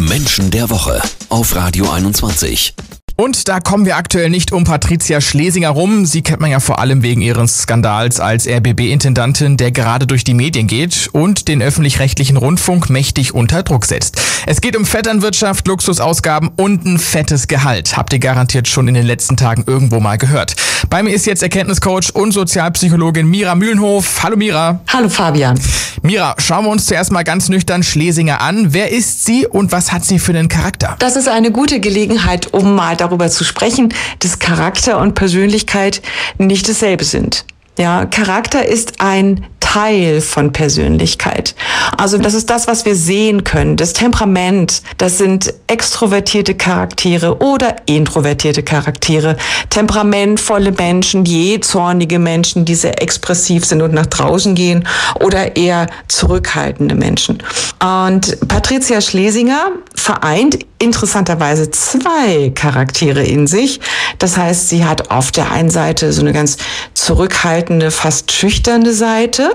Menschen der Woche auf Radio 21. Und da kommen wir aktuell nicht um Patricia Schlesinger rum. Sie kennt man ja vor allem wegen ihres Skandals als RBB-Intendantin, der gerade durch die Medien geht und den öffentlich-rechtlichen Rundfunk mächtig unter Druck setzt. Es geht um Vetternwirtschaft, Luxusausgaben und ein fettes Gehalt. Habt ihr garantiert schon in den letzten Tagen irgendwo mal gehört. Bei mir ist jetzt Erkenntniscoach und Sozialpsychologin Mira Mühlenhof. Hallo Mira. Hallo Fabian. Mira, schauen wir uns zuerst mal ganz nüchtern Schlesinger an. Wer ist sie und was hat sie für einen Charakter? Das ist eine gute Gelegenheit, um mal darüber zu sprechen, dass Charakter und Persönlichkeit nicht dasselbe sind. Ja, Charakter ist ein Teil von Persönlichkeit. Also das ist das, was wir sehen können. Das Temperament, das sind extrovertierte Charaktere oder introvertierte Charaktere. Temperamentvolle Menschen, jähzornige Menschen, die sehr expressiv sind und nach draußen gehen, oder eher zurückhaltende Menschen. Und Patricia Schlesinger vereint interessanterweise zwei Charaktere in sich. Das heißt, sie hat auf der einen Seite so eine ganz zurückhaltende, fast schüchterne Seite.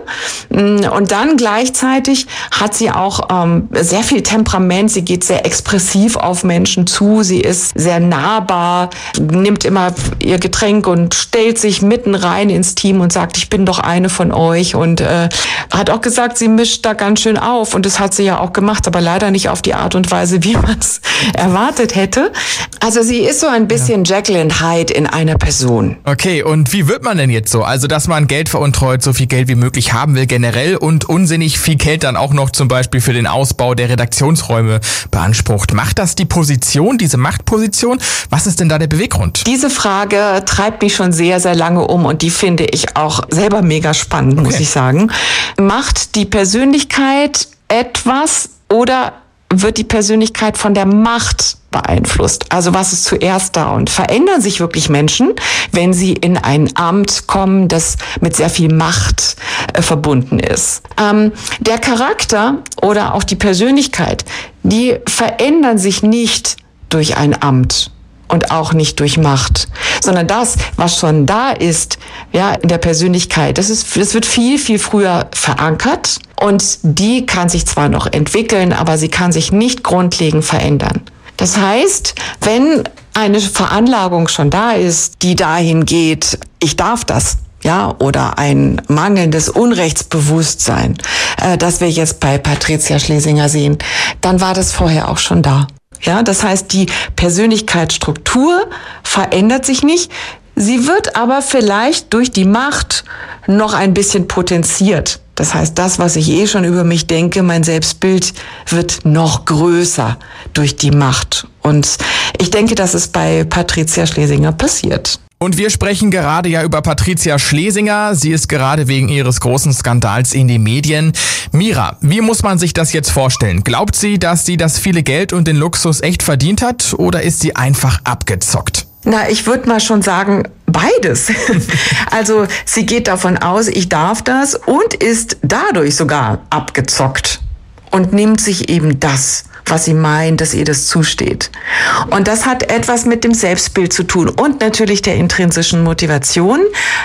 Und dann gleichzeitig hat sie auch sehr viel Temperament. Sie geht sehr expressiv auf Menschen zu. Sie ist sehr nahbar, nimmt immer ihr Getränk und stellt sich mitten rein ins Team und sagt, ich bin doch eine von euch. Und hat auch gesagt, sie mischt da ganz schön auf. Und das hat sie ja auch gemacht, aber leider nicht auf die Art und Weise, wie man es erwartet hätte. Also sie ist so ein bisschen Jekyll and Hyde in einer Person. Okay, und wie wird man denn jetzt so? Also, dass man Geld veruntreut, so viel Geld wie möglich haben will generell und unsinnig viel Geld dann auch noch zum Beispiel für den Ausbau der Redaktionsräume beansprucht. Macht das die Position, diese Machtposition? Was ist denn da der Beweggrund? Diese Frage treibt mich schon sehr, sehr lange um und die finde ich auch selber mega spannend, muss ich sagen. Macht die Persönlichkeit etwas oder wird die Persönlichkeit von der Macht beeinflusst? Also was ist zuerst da? Und verändern sich wirklich Menschen, wenn sie in ein Amt kommen, das mit sehr viel Macht verbunden ist? Der Charakter oder auch die Persönlichkeit, die verändern sich nicht durch ein Amt und auch nicht durch Macht, sondern das, was schon da ist, ja, in der Persönlichkeit, das wird viel, viel früher verankert und die kann sich zwar noch entwickeln, aber sie kann sich nicht grundlegend verändern. Das heißt, wenn eine Veranlagung schon da ist, die dahin geht, ich darf das, ja, oder ein mangelndes Unrechtsbewusstsein, das wir jetzt bei Patricia Schlesinger sehen, dann war das vorher auch schon da. Ja, das heißt, die Persönlichkeitsstruktur verändert sich nicht. Sie wird aber vielleicht durch die Macht noch ein bisschen potenziert. Das heißt, das, was ich schon über mich denke, mein Selbstbild, wird noch größer durch die Macht. Und ich denke, das ist bei Patricia Schlesinger passiert. Und wir sprechen gerade ja über Patricia Schlesinger. Sie ist gerade wegen ihres großen Skandals in den Medien. Mira, wie muss man sich das jetzt vorstellen? Glaubt sie, dass sie das viele Geld und den Luxus echt verdient hat oder ist sie einfach abgezockt? Na, ich würde mal schon sagen, beides. Also sie geht davon aus, ich darf das und ist dadurch sogar abgezockt und nimmt sich eben das, was sie meint, dass ihr das zusteht. Und das hat etwas mit dem Selbstbild zu tun und natürlich der intrinsischen Motivation.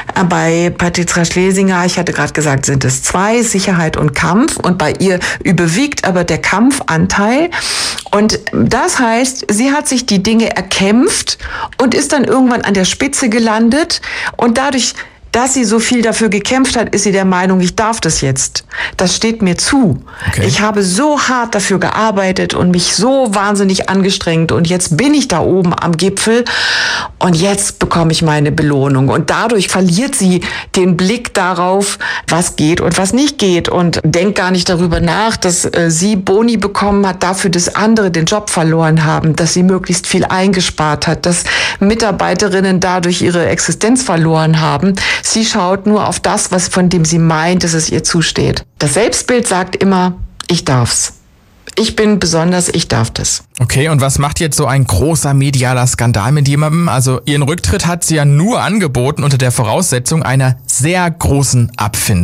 Bei Patricia Schlesinger, ich hatte gerade gesagt, sind es zwei, Sicherheit und Kampf. Und bei ihr überwiegt aber der Kampfanteil. Und das heißt, sie hat sich die Dinge erkämpft und ist dann irgendwann an der Spitze gelandet. Und dadurch, dass sie so viel dafür gekämpft hat, ist sie der Meinung, ich darf das jetzt. Das steht mir zu. Okay. Ich habe so hart dafür gearbeitet und mich so wahnsinnig angestrengt und jetzt bin ich da oben am Gipfel und jetzt bekomme ich meine Belohnung. Und dadurch verliert sie den Blick darauf, was geht und was nicht geht und denkt gar nicht darüber nach, dass sie Boni bekommen hat dafür, dass andere den Job verloren haben, dass sie möglichst viel eingespart hat, dass Mitarbeiterinnen dadurch ihre Existenz verloren haben. Sie schaut nur auf das, was von dem sie meint, dass es ihr zusteht. Das Selbstbild sagt immer, ich darf's. Ich bin besonders, ich darf das. Okay, und was macht jetzt so ein großer medialer Skandal mit jemandem? Also ihren Rücktritt hat sie ja nur angeboten unter der Voraussetzung einer sehr großen Abfindung.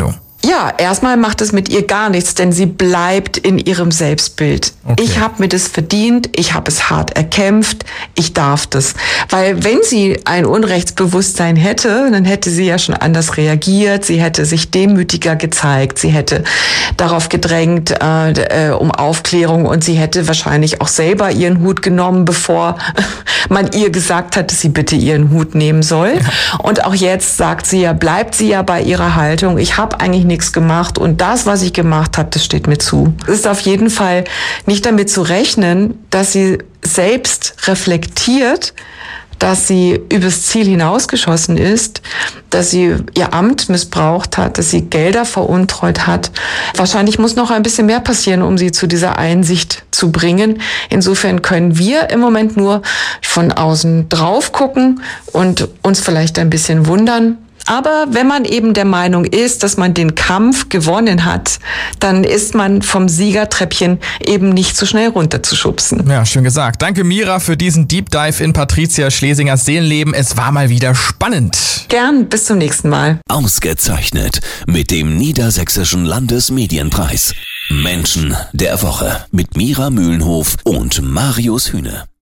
Ja, erstmal macht es mit ihr gar nichts, denn sie bleibt in ihrem Selbstbild. Okay. Ich habe mir das verdient, ich habe es hart erkämpft, ich darf das. Weil wenn sie ein Unrechtsbewusstsein hätte, dann hätte sie ja schon anders reagiert, sie hätte sich demütiger gezeigt, sie hätte darauf gedrängt um Aufklärung und sie hätte wahrscheinlich auch selber ihren Hut genommen, bevor man ihr gesagt hat, dass sie bitte ihren Hut nehmen soll. Und auch jetzt sagt sie ja, bleibt sie ja bei ihrer Haltung, ich habe eigentlich nichts gemacht und das, was ich gemacht habe, das steht mir zu. Es ist auf jeden Fall nicht damit zu rechnen, dass sie selbst reflektiert, dass sie übers Ziel hinausgeschossen ist, dass sie ihr Amt missbraucht hat, dass sie Gelder veruntreut hat. Wahrscheinlich muss noch ein bisschen mehr passieren, um sie zu dieser Einsicht zu bringen. Insofern können wir im Moment nur von außen drauf gucken und uns vielleicht ein bisschen wundern. Aber wenn man eben der Meinung ist, dass man den Kampf gewonnen hat, dann ist man vom Siegertreppchen eben nicht so schnell runterzuschubsen. Ja, schön gesagt. Danke, Mira, für diesen Deep Dive in Patricia Schlesingers Seelenleben. Es war mal wieder spannend. Gern, bis zum nächsten Mal. Ausgezeichnet mit dem Niedersächsischen Landesmedienpreis. Menschen der Woche mit Mira Mühlenhof und Marius Hühne.